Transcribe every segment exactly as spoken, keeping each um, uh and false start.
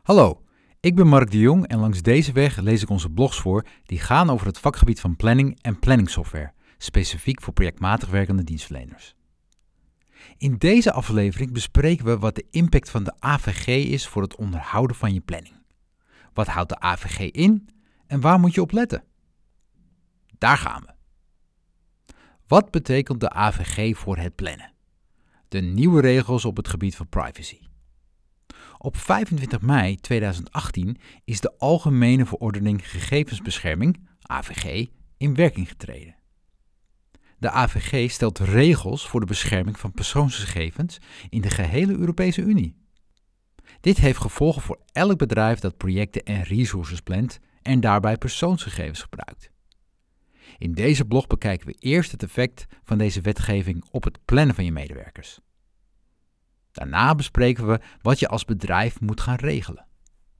Hallo, ik ben Mark de Jong en langs deze weg lees ik onze blogs voor die gaan over het vakgebied van planning en planningsoftware, specifiek voor projectmatig werkende dienstverleners. In deze aflevering bespreken we wat de impact van de A V G is voor het onderhouden van je planning. Wat houdt de A V G in en waar moet je op letten? Daar gaan we. Wat betekent de A V G voor het plannen? De nieuwe regels op het gebied van privacy. Op vijfentwintig mei tweeduizend achttien is de Algemene Verordening Gegevensbescherming, A V G, in werking getreden. De A V G stelt regels voor de bescherming van persoonsgegevens in de gehele Europese Unie. Dit heeft gevolgen voor elk bedrijf dat projecten en resources plant en daarbij persoonsgegevens gebruikt. In deze blog bekijken we eerst het effect van deze wetgeving op het plannen van je medewerkers. Daarna bespreken we wat je als bedrijf moet gaan regelen.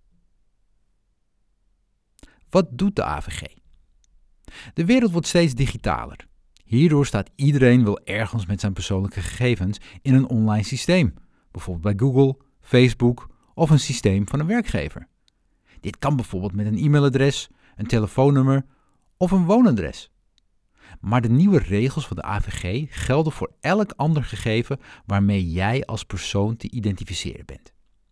Wat doet de A V G? De wereld wordt steeds digitaler. Hierdoor staat iedereen wel ergens met zijn persoonlijke gegevens in een online systeem, bijvoorbeeld bij Google, Facebook of een systeem van een werkgever. Dit kan bijvoorbeeld met een e-mailadres, een telefoonnummer of een woonadres. Maar de nieuwe regels van de A V G gelden voor elk ander gegeven waarmee jij als persoon te identificeren bent.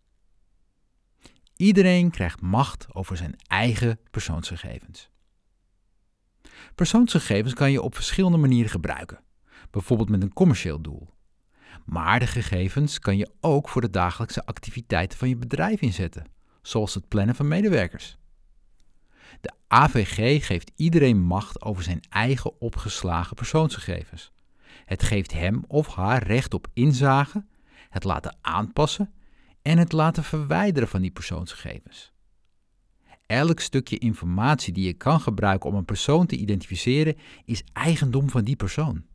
Iedereen krijgt macht over zijn eigen persoonsgegevens. Persoonsgegevens kan je op verschillende manieren gebruiken, bijvoorbeeld met een commercieel doel. Maar de gegevens kan je ook voor de dagelijkse activiteiten van je bedrijf inzetten, zoals het plannen van medewerkers. De A V G geeft iedereen macht over zijn eigen opgeslagen persoonsgegevens. Het geeft hem of haar recht op inzage, het laten aanpassen en het laten verwijderen van die persoonsgegevens. Elk stukje informatie die je kan gebruiken om een persoon te identificeren is eigendom van die persoon.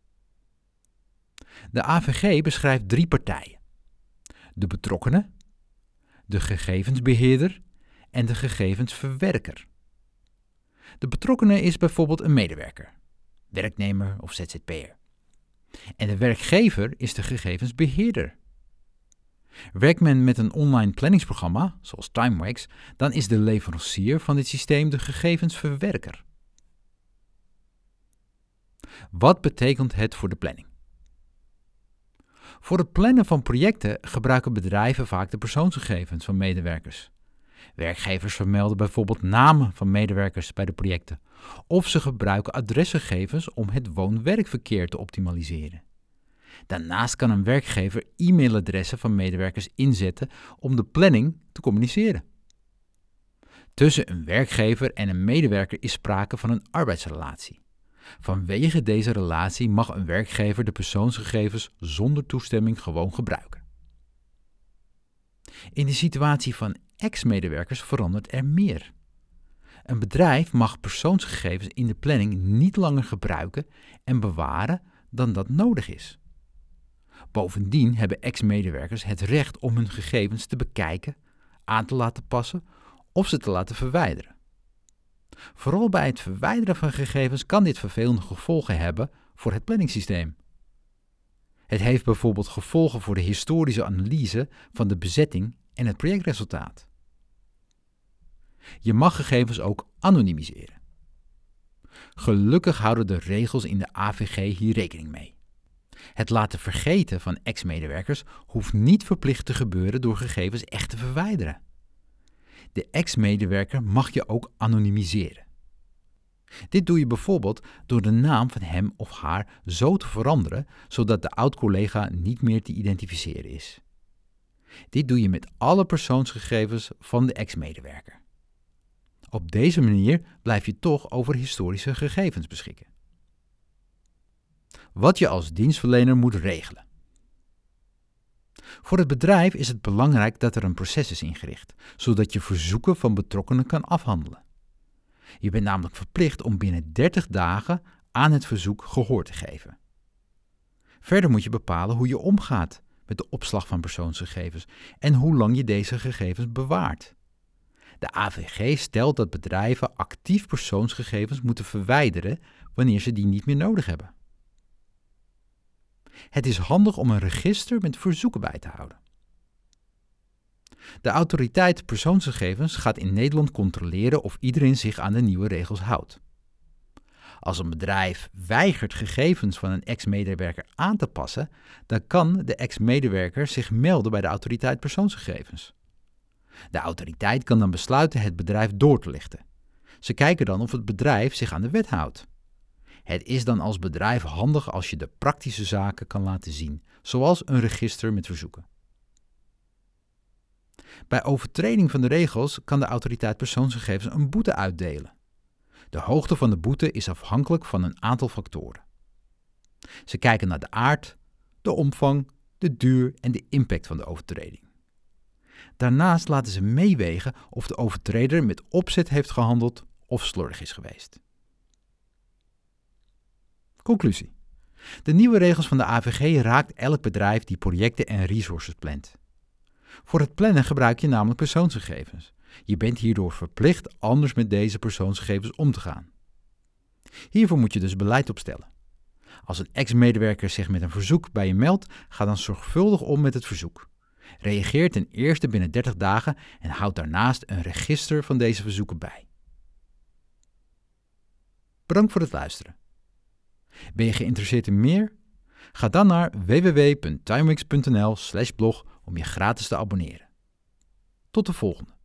De A V G beschrijft drie partijen: de betrokkenen, de gegevensbeheerder en de gegevensverwerker. De betrokkenen is bijvoorbeeld een medewerker, werknemer of Z Z P'er. En de werkgever is de gegevensbeheerder. Werkt men met een online planningsprogramma, zoals TimeWax, dan is de leverancier van dit systeem de gegevensverwerker. Wat betekent het voor de planning? Voor het plannen van projecten gebruiken bedrijven vaak de persoonsgegevens van medewerkers. Werkgevers vermelden bijvoorbeeld namen van medewerkers bij de projecten, of ze gebruiken adresgegevens om het woon-werkverkeer te optimaliseren. Daarnaast kan een werkgever e-mailadressen van medewerkers inzetten om de planning te communiceren. Tussen een werkgever en een medewerker is sprake van een arbeidsrelatie. Vanwege deze relatie mag een werkgever de persoonsgegevens zonder toestemming gewoon gebruiken. In de situatie van ex-medewerkers verandert er meer. Een bedrijf mag persoonsgegevens in de planning niet langer gebruiken en bewaren dan dat nodig is. Bovendien hebben ex-medewerkers het recht om hun gegevens te bekijken, aan te laten passen of ze te laten verwijderen. Vooral bij het verwijderen van gegevens kan dit vervelende gevolgen hebben voor het planningssysteem. Het heeft bijvoorbeeld gevolgen voor de historische analyse van de bezetting en het projectresultaat. Je mag gegevens ook anonimiseren. Gelukkig houden de regels in de A V G hier rekening mee. Het laten vergeten van ex-medewerkers hoeft niet verplicht te gebeuren door gegevens echt te verwijderen. De ex-medewerker mag je ook anonimiseren. Dit doe je bijvoorbeeld door de naam van hem of haar zo te veranderen, zodat de oud-collega niet meer te identificeren is. Dit doe je met alle persoonsgegevens van de ex-medewerker. Op deze manier blijf je toch over historische gegevens beschikken. Wat je als dienstverlener moet regelen. Voor het bedrijf is het belangrijk dat er een proces is ingericht, zodat je verzoeken van betrokkenen kan afhandelen. Je bent namelijk verplicht om binnen dertig dagen aan het verzoek gehoor te geven. Verder moet je bepalen hoe je omgaat met de opslag van persoonsgegevens en hoe lang je deze gegevens bewaart. De A V G stelt dat bedrijven actief persoonsgegevens moeten verwijderen wanneer ze die niet meer nodig hebben. Het is handig om een register met verzoeken bij te houden. De autoriteit persoonsgegevens gaat in Nederland controleren of iedereen zich aan de nieuwe regels houdt. Als een bedrijf weigert gegevens van een ex-medewerker aan te passen, dan kan de ex-medewerker zich melden bij de autoriteit persoonsgegevens. De autoriteit kan dan besluiten het bedrijf door te lichten. Ze kijken dan of het bedrijf zich aan de wet houdt. Het is dan als bedrijf handig als je de praktische zaken kan laten zien, zoals een register met verzoeken. Bij overtreding van de regels kan de autoriteit persoonsgegevens een boete uitdelen. De hoogte van de boete is afhankelijk van een aantal factoren. Ze kijken naar de aard, de omvang, de duur en de impact van de overtreding. Daarnaast laten ze meewegen of de overtreder met opzet heeft gehandeld of slordig is geweest. Conclusie. De nieuwe regels van de A V G raakt elk bedrijf die projecten en resources plant. Voor het plannen gebruik je namelijk persoonsgegevens. Je bent hierdoor verplicht anders met deze persoonsgegevens om te gaan. Hiervoor moet je dus beleid opstellen. Als een ex-medewerker zich met een verzoek bij je meldt, ga dan zorgvuldig om met het verzoek. Reageer ten eerste binnen dertig dagen en houd daarnaast een register van deze verzoeken bij. Bedankt voor het luisteren. Ben je geïnteresseerd in meer? Ga dan naar w w w punt timewix punt n l slash blog om je gratis te abonneren. Tot de volgende.